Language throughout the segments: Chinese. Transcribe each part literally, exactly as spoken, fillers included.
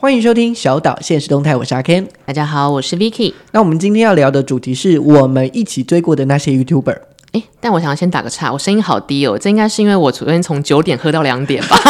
欢迎收听小岛现实动态，我是阿 Ken。 大家好，我是 Vicky。 那我们今天要聊的主题是我们一起追过的那些 YouTuber。 哎，但我想要先打个岔，我声音好低哦，这应该是因为我昨天从九点喝到两点吧，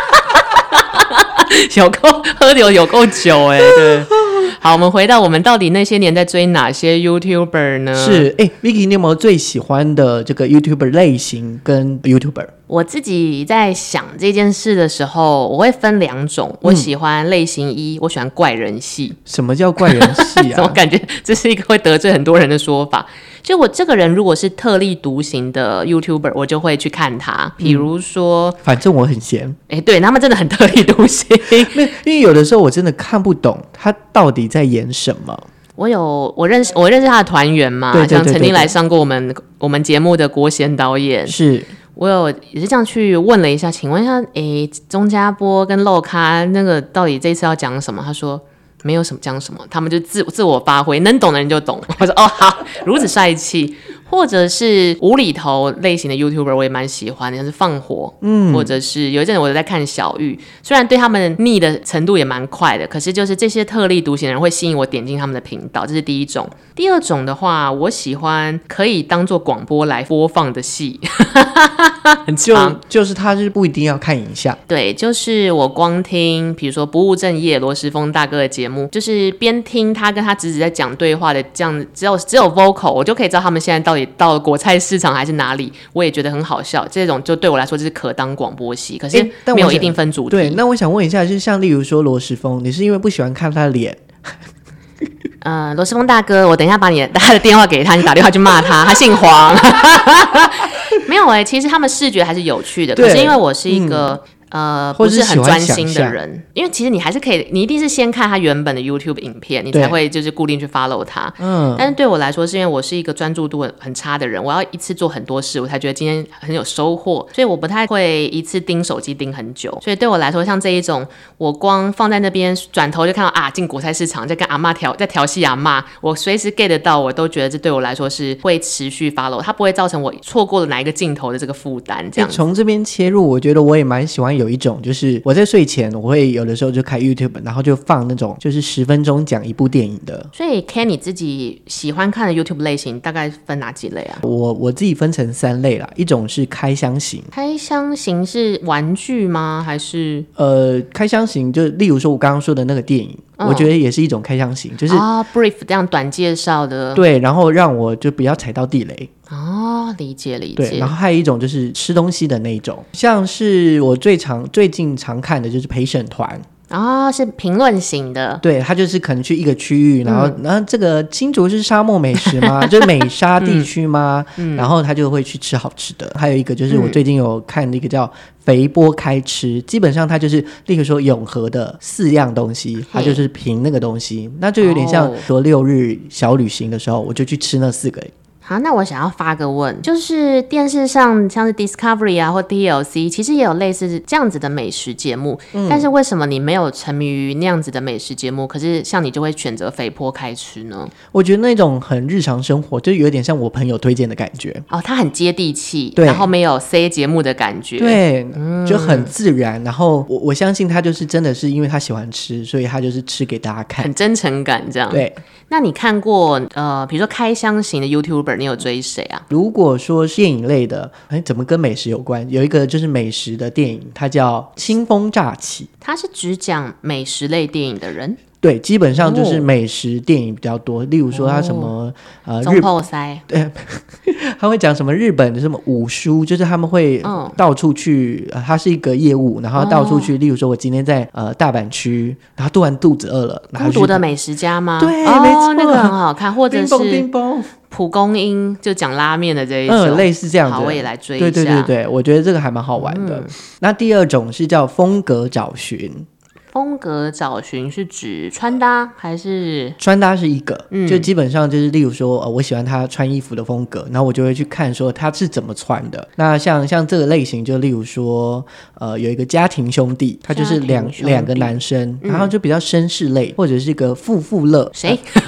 有够喝的有够久哎，对。好，我们回到我们到底那些年在追哪些 YouTuber 呢？ 是，哎 ，Vicky， 你有没有最喜欢的这个 YouTuber 类型跟 YouTuber？ 我自己在想这件事的时候，我会分两种。我喜欢类型一，我喜欢怪人系。 什么叫怪人系啊？ 怎么感觉这是一个会得罪很多人的说法？就我这个人如果是特立独行的 YouTuber， 我就会去看他。比如说，嗯、 反正我很闲。 哎，对，他们真的很特立独行。 因为有的时候我真的看不懂他到底在演什么。 我有我认识我认识他的团员嘛， 对对对对对， 像曾经来上过我们我们节目的国贤导演是。 我有也是这样去问了一下，请问一下，诶，钟家波跟漏咖那个到底这次要讲什么？他说没有什么讲什么，他们就自自我发挥，能懂的人就懂。我说哦好，如此帅气。或者是无厘头类型的 YouTuber 我也蛮喜欢的，像是放火，嗯，或者是有一阵子我在看小玉，虽然对他们腻的程度也蛮快的，可是就是这些特立独行的人会吸引我点进他们的频道，这是第一种。第二种的话，我喜欢可以当做广播来播放的戏，很长， 就就是他是不一定要看影像， 对，就是我光听，比如说不务正业罗时丰大哥的节目，就是边听他跟他侄子在讲对话的，这样只有只有 vocal， 我就可以知道他们现在到底到了果菜市场还是哪里，我也觉得很好笑。这种就对我来说就是可当广播戏，可是没有一定分主题。 对，那我想问一下，就是像例如说罗时丰，你是因为不喜欢看他的脸？ 呃，罗时丰大哥，我等一下把你他的电话给他，你打电话去骂他，他姓黄。没有哎、欸，其实他们视觉还是有趣的，可是因为我是一个。嗯呃，不是很专心的人，因为其实你还是可以，你一定是先看他原本的 YouTube 影片，你才会就是固定去 follow 他。嗯，但是对我来说，是因为我是一个专注度很差的人，我要一次做很多事，我才觉得今天很有收获，所以我不太会一次盯手机盯很久。所以对我来说，像这一种，我光放在那边，转头就看到啊，进果菜市场在跟阿嬷调在调戏阿嬷，我随时 get 得到，我都觉得这对我来说是会持续 follow， 它不会造成我错过了哪一个镜头的这个负担。这样从这边切入，我觉得我也蛮喜欢有一种，就是我在睡前我会有的时候就开 YouTube， 然后就放那种就是十分钟讲一部电影的。 所以 Ken 你自己喜欢看的 YouTube 类型大概分哪几类啊？ 我我自己分成三类啦，一种是开箱型。 开箱型是玩具吗？还是呃，开箱型就例如说我刚刚说的那个电影。嗯、我觉得也是一种开箱型，就是啊、哦、brief 这样短介绍的， 对，然后让我就不要踩到地雷。 哦，理解理解。 对，然后还有一种就是吃东西的那种，像是我最常最近常看的就是陪审团。 哦，是评论型的。 对，他就是可能去一个区域，然后、嗯、然后这个新竹是沙漠美食吗？就是美沙地区吗、嗯？然后他就会去吃好吃的。还有一个就是我最近有看的一个叫肥波开吃，基本上它就是例如说永和的四样东西，它就是评那个东西，那就有点像说六日小旅行的时候，我就去吃那四个。 好，那我想要发个问，就是电视上像是 Discovery 啊或 T L C 其实也有类似这样子的美食节目、嗯、但是为什么你没有沉迷于那样子的美食节目，可是像你就会选择肥坡开吃呢？ 我觉得那种很日常生活，就有点像我朋友推荐的感觉哦，它很接地气，然后没有 C 节目的感觉， 对、嗯、就很自然，然后 我, 我相信他就是真的是因为他喜欢吃，所以他就是吃给大家看， 很真诚感这样。 对， 那你看过呃，比如说开箱型的 YouTuber， 你有追谁啊？ 如果说是电影类的，哎，怎么跟美食有关？有一个就是美食的电影，它叫《清风乍起》， 它是只讲美食类电影的人。 对，基本上就是美食电影比较多，哦、例如说他什么、哦、呃中破塞， 对，他会讲什么日本的什么武术，就是他们会到处去，哦呃、他是一个业务，然后到处去，哦、例如说我今天在呃大阪区，然后突然肚子饿了， 孤独的美食家吗？ 对， 哦、 没错， 那个很好看，或者是冰冰蒲公英就讲拉面的这一种， 嗯，类似这样子。 好，我也来追一下。 对对对对，我觉得这个还蛮好玩的。嗯、那第二种是叫风格找寻。 风格找寻是指穿搭还是？ 穿搭是一个、嗯、就基本上就是例如说、呃、我喜欢他穿衣服的风格，然后我就会去看说他是怎么穿的。那像像这个类型就例如说呃有一个家庭兄弟，他就是两两个男生、嗯、然后就比较绅士类，或者是一个富富乐。 谁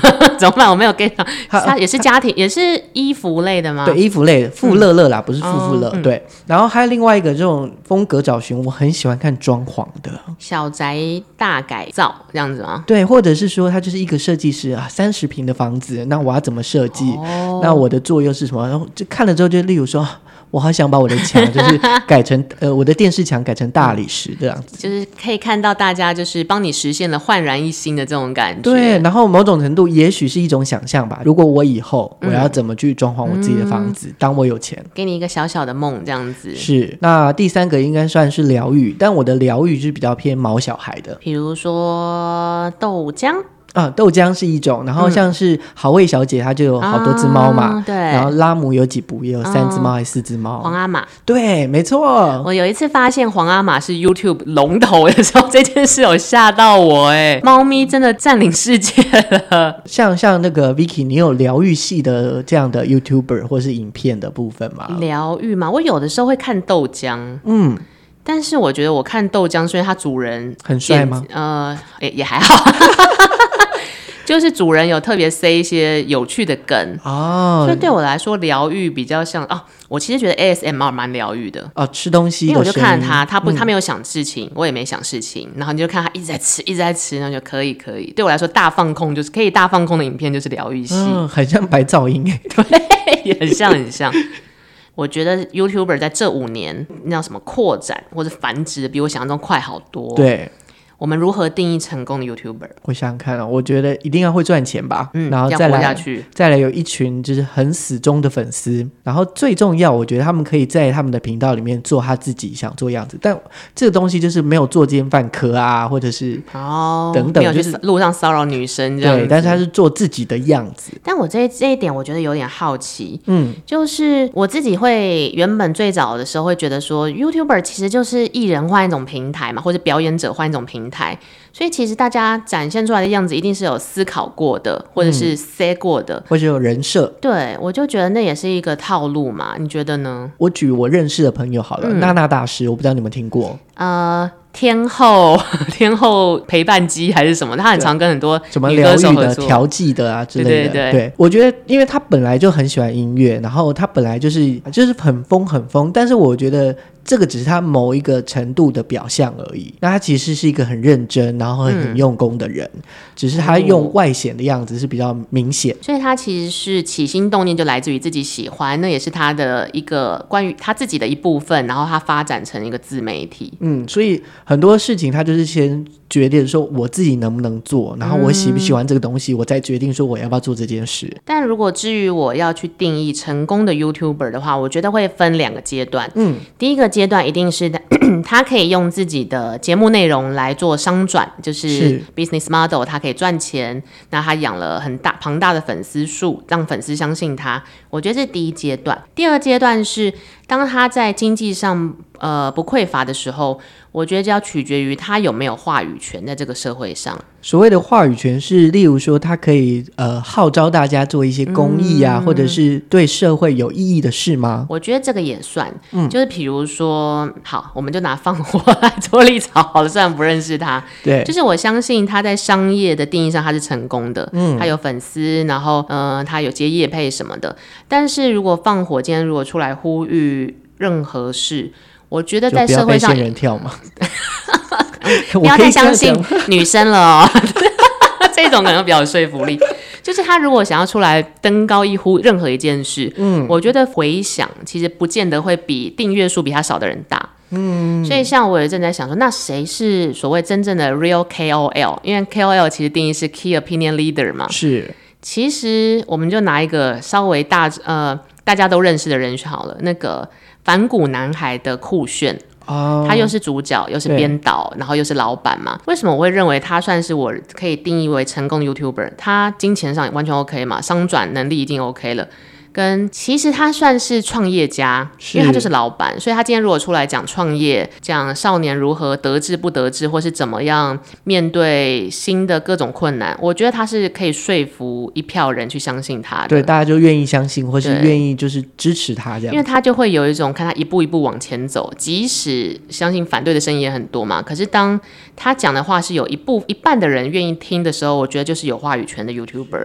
怎么办？我没有 get 到，它也是家庭，也是衣服类的吗？ 对，衣服类的，富乐乐啦，嗯、不是富富乐、哦嗯。对，然后还有另外一个这种风格找寻，我很喜欢看装潢的小宅大改造这样子吗？ 对，或者是说他就是一个设计师啊，三十平的房子，那我要怎么设计？哦、那我的作用是什么？然后就看了之后，就例如说。我好想把我的墙就是改成呃我的电视墙改成大理石这样子， 就是可以看到大家就是帮你实现了焕然一新的这种感觉。 对，然后某种程度也许是一种想象吧。如果我以后我要怎么去装潢我自己的房子，嗯、当我有钱， 给你一个小小的梦这样子。 是，那第三个应该算是疗愈，但我的疗愈就是比较偏毛小孩的， 比如说豆浆。 啊，豆浆是一种，然后像是好味小姐，她就有好多只猫嘛， 啊、对， 然后拉姆有几部，也有三只猫还是四只猫。 皇阿玛， 对，没错。 我有一次发现皇阿玛是 YouTube 龙头的时候，这件事有吓到我哎，猫咪真的占领世界了。 像像那个 Vicky， 你有疗愈系的这样的 YouTuber 或是影片的部分吗？ 疗愈嘛，我有的时候会看豆浆，嗯。但是我觉得我看豆浆，虽然它主人很帅吗？ 呃，也也还好，就是主人有特别塞一些有趣的梗哦，所以对我来说疗愈比较像哦。我其实觉得 A S M R 蛮疗愈的哦，吃东西的， 因为我就看着他，他不、嗯、他没有想事情，我也没想事情，然后你就看他一直在吃，一直在吃，然后就可以可以。对我来说，大放空就是可以大放空的影片，就是疗愈系， 嗯，很像白噪音哎， 对，也很像很像。我觉得 YouTuber 在这五年那叫什么扩展或者繁殖比我想象中快好多。 对， 我们如何定义成功的 YouTuber？ 我想想看啊，我觉得一定要会赚钱吧， 嗯， 然后再来下去再来有一群就是很死忠的粉丝，然后最重要，我觉得他们可以在他们的频道里面做他自己想做样子，但这个东西就是没有作奸犯科啊，或者是哦等等， 没有去路上骚扰女生这样子， 对，但是他是做自己的样子。 但我这这一点我觉得有点好奇，嗯，就是我自己会原本最早的时候会觉得说 YouTuber 其实就是艺人换一种平台嘛，或者表演者换一种平台，所以其实大家展现出来的样子一定是有思考过的，或者是 say 过的， 嗯、或者有人设。 对，我就觉得那也是一个套路嘛，你觉得呢？ 我举我认识的朋友好了，嗯、娜娜大师，我不知道你们听过。 呃，天后天后陪伴机还是什么，他很常跟很多女歌手合作， 什么疗愈的、调剂的啊之类的。 对对对， 对，我觉得因为他本来就很喜欢音乐，然后他本来就是就是很疯很疯，但是我觉得这个只是他某一个程度的表象而已。那他其实是一个很认真，然后很用功的人，嗯、只是他用外显的样子是比较明显。 所以他其实是起心动念就来自于自己喜欢，那也是他的一个关于他自己的一部分，然后他发展成一个自媒体。 嗯，所以很多事情他就是先决定说我自己能不能做，然后我喜不喜欢这个东西，嗯、我再决定说我要不要做这件事。 但如果至于我要去定义成功的 YouTuber 的话，我觉得会分两个阶段。嗯，第一个阶段一定是他可以用自己的节目内容来做商转，就是 business model， 他可以赚钱，那他养了很大庞大的粉丝数，让粉丝相信他，我觉得这是第一阶段。第二阶段是当他在经济上呃不匮乏的时候，我觉得就要取决于他有没有话语权在这个社会上。 所谓的话语权是例如说他可以呃号召大家做一些公益啊、嗯、或者是对社会有意义的事吗？ 我觉得这个也算、嗯、就是比如说好，我们就拿放火来做立场好了，虽然不认识他， 对， 就是我相信他在商业的定义上他是成功的，嗯，他有粉丝，然后呃他有接业配什么的。但是如果放火今天如果出来呼吁任何事，我觉得在社会上就不要被仙人跳嘛不要太相信女生了哦这种可能比较有说服力。就是他如果想要出来登高一呼任何一件事，嗯，我觉得回响其实不见得会比订阅数比他少的人大。嗯，所以像我也正在想说，那谁是所谓真正的 real K O L？ 因为 K O L 其实定义是 Key Opinion Leader 嘛。 是。 其实我们就拿一个稍微大呃大家都认识的人选好了，那个反骨男孩的酷炫。Oh, 他又是主角又是编导然后又是老板嘛，为什么我会认为他算是我可以定义为成功的 YouTuber？ 他金钱上完全 OK 嘛，商转能力一定 OK 了，跟其实他算是创业家，因为他就是老板，所以他今天如果出来讲创业，讲少年如何得志不得志，或是怎么样面对新的各种困难，我觉得他是可以说服一票人去相信他的， 对，大家就愿意相信或是愿意就是支持他这样， 因为他就会有一种看他一步一步往前走，即使相信反对的声音也很多嘛，可是当他讲的话是有一部一半的人愿意听的时候，我觉得就是有话语权的 YouTuber 了。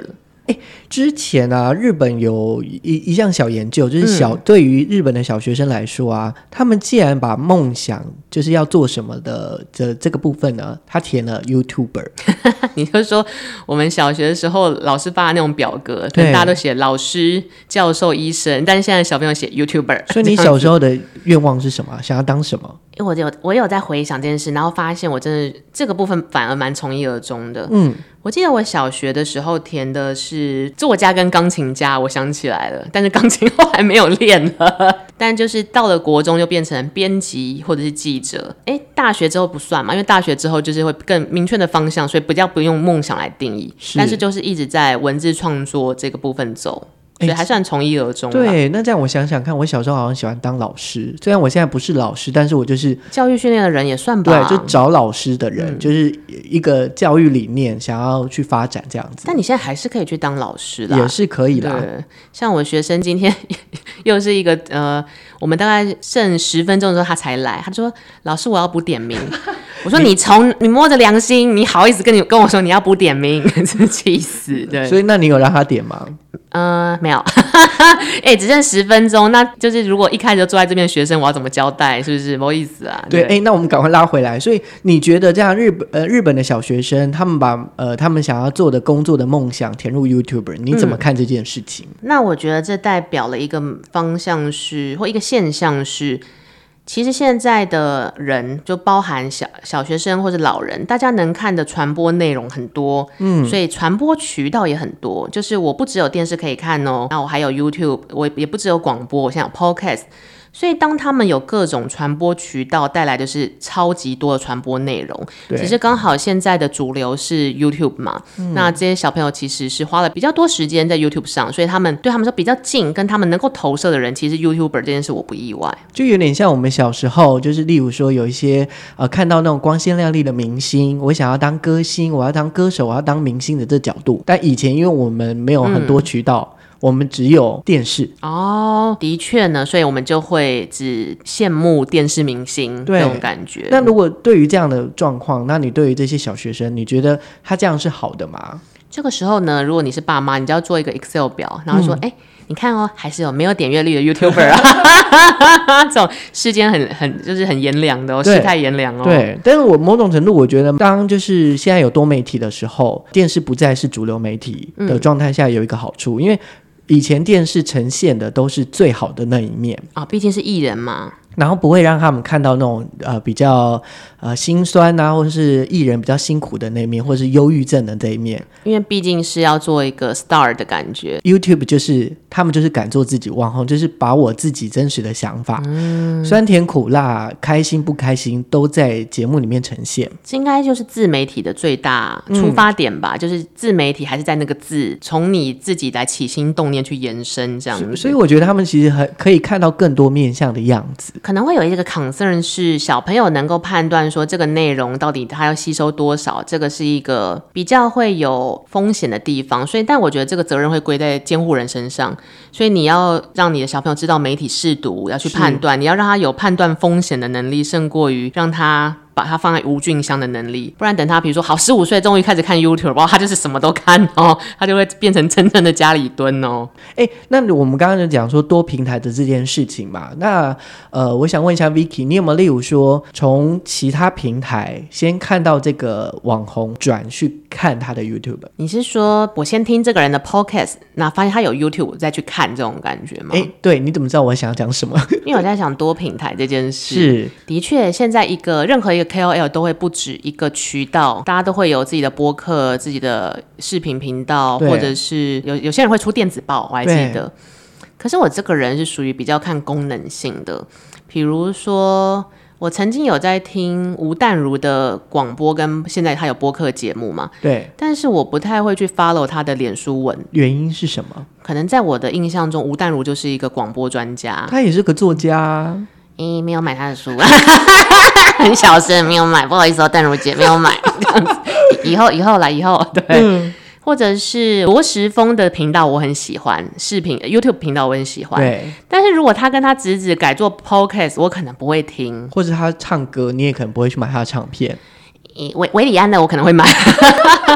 哎，之前啊，日本有一一项小研究，就是小、嗯、对于日本的小学生来说啊，他们既然把梦想就是要做什么的这这个部分呢，他填了 YouTuber。 你就说我们小学的时候老师发的那种表格，大家都写老师、教授、医生，但是现在小朋友写 YouTuber。 所以你小时候的愿望是什么？想要当什么？ 因为我有我有在回想这件事，然后发现我真的这个部分反而蛮从一而终的。嗯，我记得我小学的时候填的是作家跟钢琴家，我想起来了，但是钢琴后来没有练了。但就是到了国中就变成编辑或者是记者。哎，大学之后不算嘛，因为大学之后就是会更明确的方向，所以比较不用梦想来定义。是，但是就是一直在文字创作这个部分走。所以还算从一而终。 对，那这样我想想看，我小时候好像喜欢当老师，虽然我现在不是老师，但是我就是教育训练的人也算吧。 对，就找老师的人、嗯、就是一个教育理念想要去发展这样子。 但你现在还是可以去当老师啦， 也是可以啦。 对，像我学生今天又是一个呃，我们大概剩十分钟的时候他才来，他说老师我要补点名。我说你从你摸着良心，你好意思跟你跟我说你要补点名，真气死。对， 所以那你有让他点吗？ 呃，没有。哎、欸，只剩十分钟，那就是如果一开始就坐在这边的学生，我要怎么交代？是不是？不好意思啊。 对，哎、欸，那我们赶快拉回来。所以你觉得这样日本呃日本的小学生，他们把呃他们想要做的工作的梦想填入 YouTuber， 你怎么看这件事情？ 嗯、那我觉得这代表了一个方向是，或一个现象是。其实现在的人就包含小小学生或者老人，大家能看的传播内容很多，嗯，所以传播渠道也很多。就是我不只有电视可以看哦，那我还有 YouTube， 我也不只有广播，我现在有 Podcast。所以当他们有各种传播渠道带来的是超级多的传播内容，只是刚好现在的主流是 YouTube 嘛、嗯、那这些小朋友其实是花了比较多时间在 YouTube 上，所以他们对他们说比较近，跟他们能够投射的人其实 YouTuber 这件事我不意外。 就有点像我们小时候，就是例如说有一些呃看到那种光鲜亮丽的明星，我想要当歌星，我要当歌手，我要当明星的这角度，但以前因为我们没有很多渠道、嗯，我们只有电视哦，的确呢，所以我们就会只羡慕电视明星这种感觉。 那如果对于这样的状况，那你对于这些小学生，你觉得他这样是好的吗？ 这个时候呢，如果你是爸妈，你就要做一个 Excel 表，然后说，哎、嗯，你看哦，还是有没有点阅率的 YouTuber 啊？这种世间很很就是很炎凉的哦，世态炎凉哦。 对，但是我某种程度，我觉得当就是现在有多媒体的时候，电视不再是主流媒体的状态下，有一个好处，嗯、因为以前电视呈现的都是最好的那一面啊，毕竟是艺人嘛。 然后不会让他们看到那种呃比较呃心酸啊，或者是艺人比较辛苦的那一面，或者是忧郁症的这一面， 因为毕竟是要做一个 star 的感觉。 YouTube 就是他们就是敢做自己，网红就是把我自己真实的想法、嗯、酸甜苦辣开心不开心都在节目里面呈现。 这应该就是自媒体的最大出发点吧、嗯、就是自媒体还是在那个字从你自己来起心动念去延伸这样子。 所以我觉得他们其实很可以看到更多面向的样子。 可能会有一个 concern 是小朋友能够判断说这个内容到底他要吸收多少，这个是一个比较会有风险的地方。所以但我觉得这个责任会归在监护人身上，所以你要让你的小朋友知道媒体识读，要去判断，你要让他有判断风险的能力，胜过于让他把它放在无菌箱的能力。不然等他比如说好十五岁终于开始看 YouTube， 哇，他就是什么都看哦，他就会变成真正的家里蹲哦。 哎，那我们刚刚就讲说多平台的这件事情嘛，那呃，我想问一下 Vicky， 你有没有例如说从其他平台先看到这个网红转去看他的 YouTube？ 你是说我先听这个人的 Podcast， 那发现他有 YouTube 再去看这种感觉吗？ 哎，对，你怎么知道我想讲什么？ 因为我在想多平台这件事。 是， 的确现在一个任何一个K O L 都会不止一个渠道，大家都会有自己的播客、自己的视频频道，或者是 有, 有些人会出电子报，我还记得。可是我这个人是属于比较看功能性的，比如说我曾经有在听吴淡如的广播，跟现在他有播客节目嘛， 对， 但是我不太会去 follow 他的脸书文。 原因是什么？ 可能在我的印象中，吴淡如就是一个广播专家， 他也是个作家。 诶，没有买他的书很小声，没有买，不好意思哦，淡如姐没有买这样子。以后以后来以后对、嗯、或者是罗时丰的频道我很喜欢，视频 YouTube 频道我很喜欢，对。但是如果他跟他侄子改做 Podcast， 我可能不会听。 或者他唱歌，你也可能不会去买他的唱片。 维维里安的我可能会买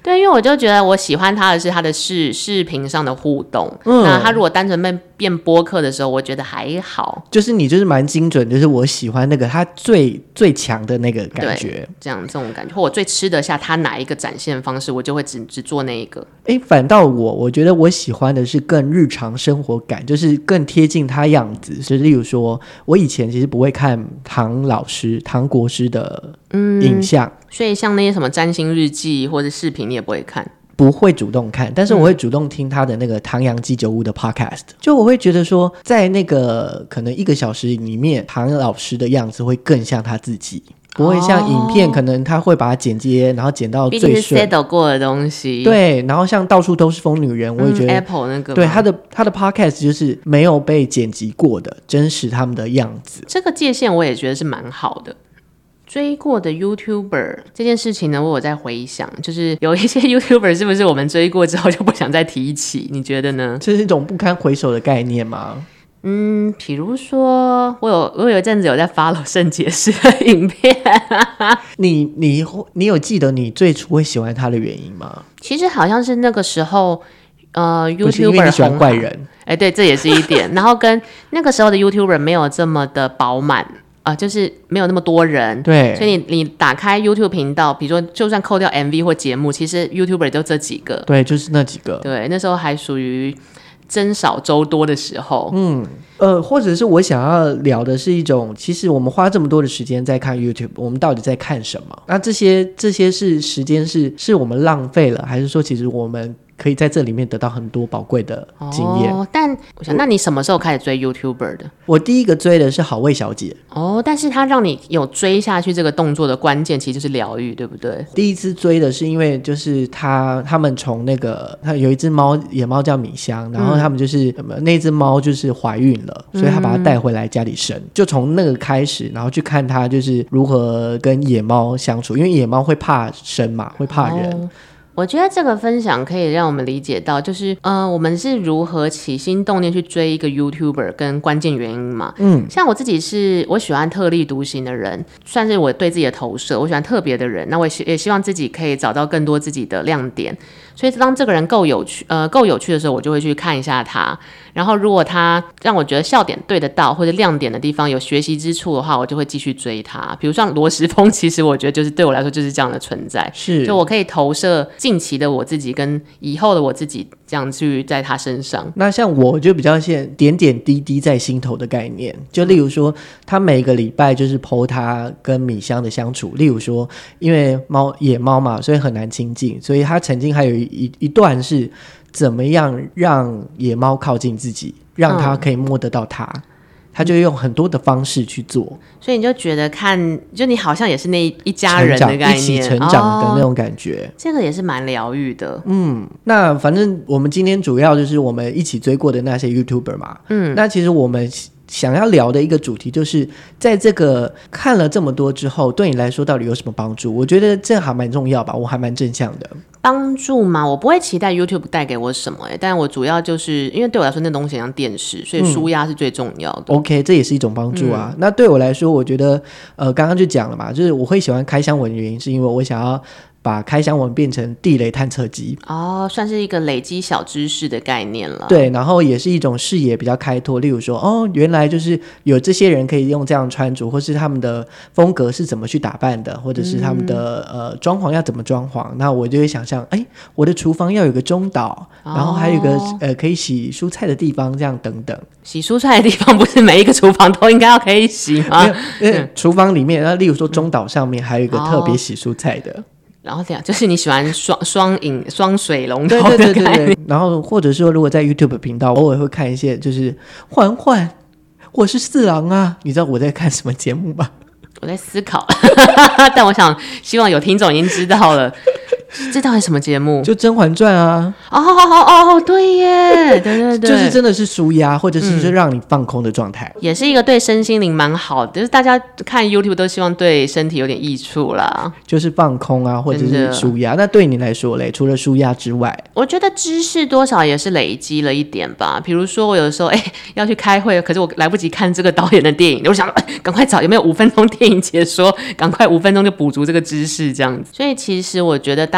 对，因为我就觉得我喜欢他的是他的视视频上的互动。嗯，那他如果单纯变变播客的时候，我觉得还好。 就是你就是蛮精准，就是我喜欢那个他最最强的那个感觉， 这样这种感觉，或我最吃得下他哪一个展现方式，我就会只只做那一个。 哎，反倒我我觉得我喜欢的是更日常生活感，就是更贴近他样子。就例如说，我以前其实不会看唐老师、唐国师的影像。嗯， 所以像那些什么占星日记或者视频你也不会看？ 不会主动看，但是我会主动听他的那个唐阳鸡酒屋的 podcast， 就我会觉得说在那个可能一个小时里面，唐老师的样子会更像他自己，不会像影片可能他会把它剪接然后剪到最顺，毕竟是 settle 过的东西。 对，然后像到处都是疯女人，我也觉得、 嗯、Apple 那个对他的他的 podcast 就是没有被剪辑过的真实他们的样子， 这个界限我也觉得是蛮好的。追过的 YouTuber 这件事情呢，我有在回想，就是有一些 YouTuber 是不是我们追过之后就不想再提起？你觉得呢？ 这是一种不堪回首的概念吗？ 嗯，比如说我有我有一阵子有在 follow 圣结石的影片你你你有记得你最初会喜欢他的原因吗？ 其实好像是那个时候呃 YouTuber 不是因为你喜欢怪人， 哎，对，这也是一点然后跟那个时候的 YouTuber 没有这么的饱满呃，就是没有那么多人， 对， 所以你你打开 YouTube 频道，比如说就算扣掉 M V 或节目，其实 YouTuber 就这几个， 对，就是那几个， 对，那时候还属于增少周多的时候， 嗯，呃，或者是我想要聊的是一种，其实我们花这么多的时间在看 YouTube， 我们到底在看什么？那这些这些是时间是是我们浪费了，还是说其实我们可以在这里面得到很多宝贵的经验？ 哦，但我想，那你什么时候开始追 YouTuber 的？ 我第一个追的是好味小姐。 哦，但是他让你有追下去这个动作的关键，其实就是疗愈，对不对？ 第一次追的是因为就是他他们从那个他有一只猫野猫叫米香，然后他们就是、嗯、那只猫就是怀孕了，所以他把它带回来家里生，嗯、就从那个开始，然后去看他就是如何跟野猫相处，因为野猫会怕生嘛，会怕人。哦， 我觉得这个分享可以让我们理解到，就是呃，我们是如何起心动念去追一个 YouTuber 跟关键原因嘛。嗯，像我自己是我喜欢特立独行的人，算是我对自己的投射，我喜欢特别的人，那我也 希, 也希望自己可以找到更多自己的亮点。所以当这个人够有趣，呃，够有趣的时候，我就会去看一下他。然后如果他让我觉得笑点对得到，或者亮点的地方有学习之处的话，我就会继续追他。比如像罗时丰，其实我觉得就是对我来说就是这样的存在， 是就我可以投射近期的我自己跟以后的我自己，这样去在他身上。 那像我就比较像点点滴滴在心头的概念，就例如说他每个礼拜就是 po 他跟米香的相处，例如说因为猫野猫嘛，所以很难亲近，所以他曾经还有一一段是怎么样让野猫靠近自己，让他可以摸得到他、嗯、他就用很多的方式去做， 所以你就觉得看就你好像也是那一家人的概念， 一起成长的那种感觉、哦、 这个也是蛮疗愈的。 嗯，那反正我们今天主要就是我们一起追过的那些 YouTuber 嘛，嗯，那其实我们想要聊的一个主题就是在这个看了这么多之后，对你来说到底有什么帮助？我觉得这还蛮重要吧，我还蛮正向的。 帮助吗？我不会期待 YouTube 带给我什么、欸、但我主要就是因为对我来说那东西像电视，所以抒压是最重要的、 嗯、OK， 这也是一种帮助啊、嗯、那对我来说我觉得呃，刚刚就讲了嘛，就是我会喜欢开箱文的原因是因为我想要把开箱文变成地雷探测机。 哦，算是一个累积小知识的概念了。 对，然后也是一种视野比较开拓，例如说哦，原来就是有这些人可以用这样穿着，或是他们的风格是怎么去打扮的，或者是他们的、嗯、呃装潢要怎么装潢，那我就会想象哎，我的厨房要有个中岛、哦、然后还有一个呃可以洗蔬菜的地方，这样等等。 洗蔬菜的地方不是每一个厨房都应该要可以洗吗？ 因为厨房里面那例如说中岛上面还有一个特别洗蔬菜的、哦， 然后这样就是你喜欢双双饮双水龙头的概念。 对对对对对。然后或者说如果在 YouTube 频道偶尔会看一些就是缓缓我是四郎啊，你知道我在看什么节目吗？ 我在思考但我想希望有听众已经知道了这到底什么节目？ 就《甄嬛传》啊。 哦哦哦，对耶，对对对， 就是真的是抒压，或者是就让你放空的状态、嗯， 也是一个对身心灵蛮好的。就是大家看 YouTube 都希望对身体有点益处啦， 就是放空啊，或者是抒压。那对你来说嘞，除了抒压之外， 我觉得知识多少也是累积了一点吧。比如说我有的时候哎要去开会，可是我来不及看这个导演的电影，我想哎赶快找有没有五分钟电影解说，赶快五分钟就补足这个知识这样子。所以其实我觉得大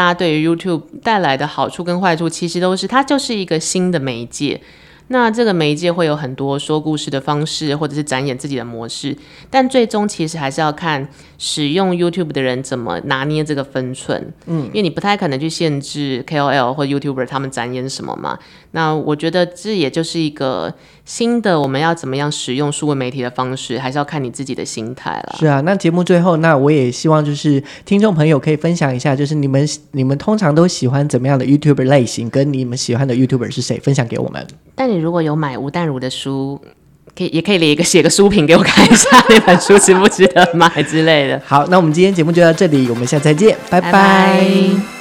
家对于 YouTube 带来的好处跟坏处，其实都是它就是一个新的媒介。那这个媒介会有很多说故事的方式，或者是展演自己的模式，但最终其实还是要看使用 YouTube 的人怎么拿捏这个分寸。嗯，因为你不太可能去限制 K O L 或 YouTuber 他们展演什么嘛。那我觉得这也就是一个新的我们要怎么样使用数位媒体的方式，还是要看你自己的心态啦。 是啊，那节目最后，那我也希望就是听众朋友可以分享一下，就是你们你们通常都喜欢怎么样的 YouTuber 类型，跟你们喜欢的 YouTuber 是谁，分享给我们。 但你如果有买吴淡如的书，可以也可以列一个写个书评给我看一下，那本书值不值得买之类的。 好，那我们今天节目就到这里，我们下次再见，拜拜。 拜拜。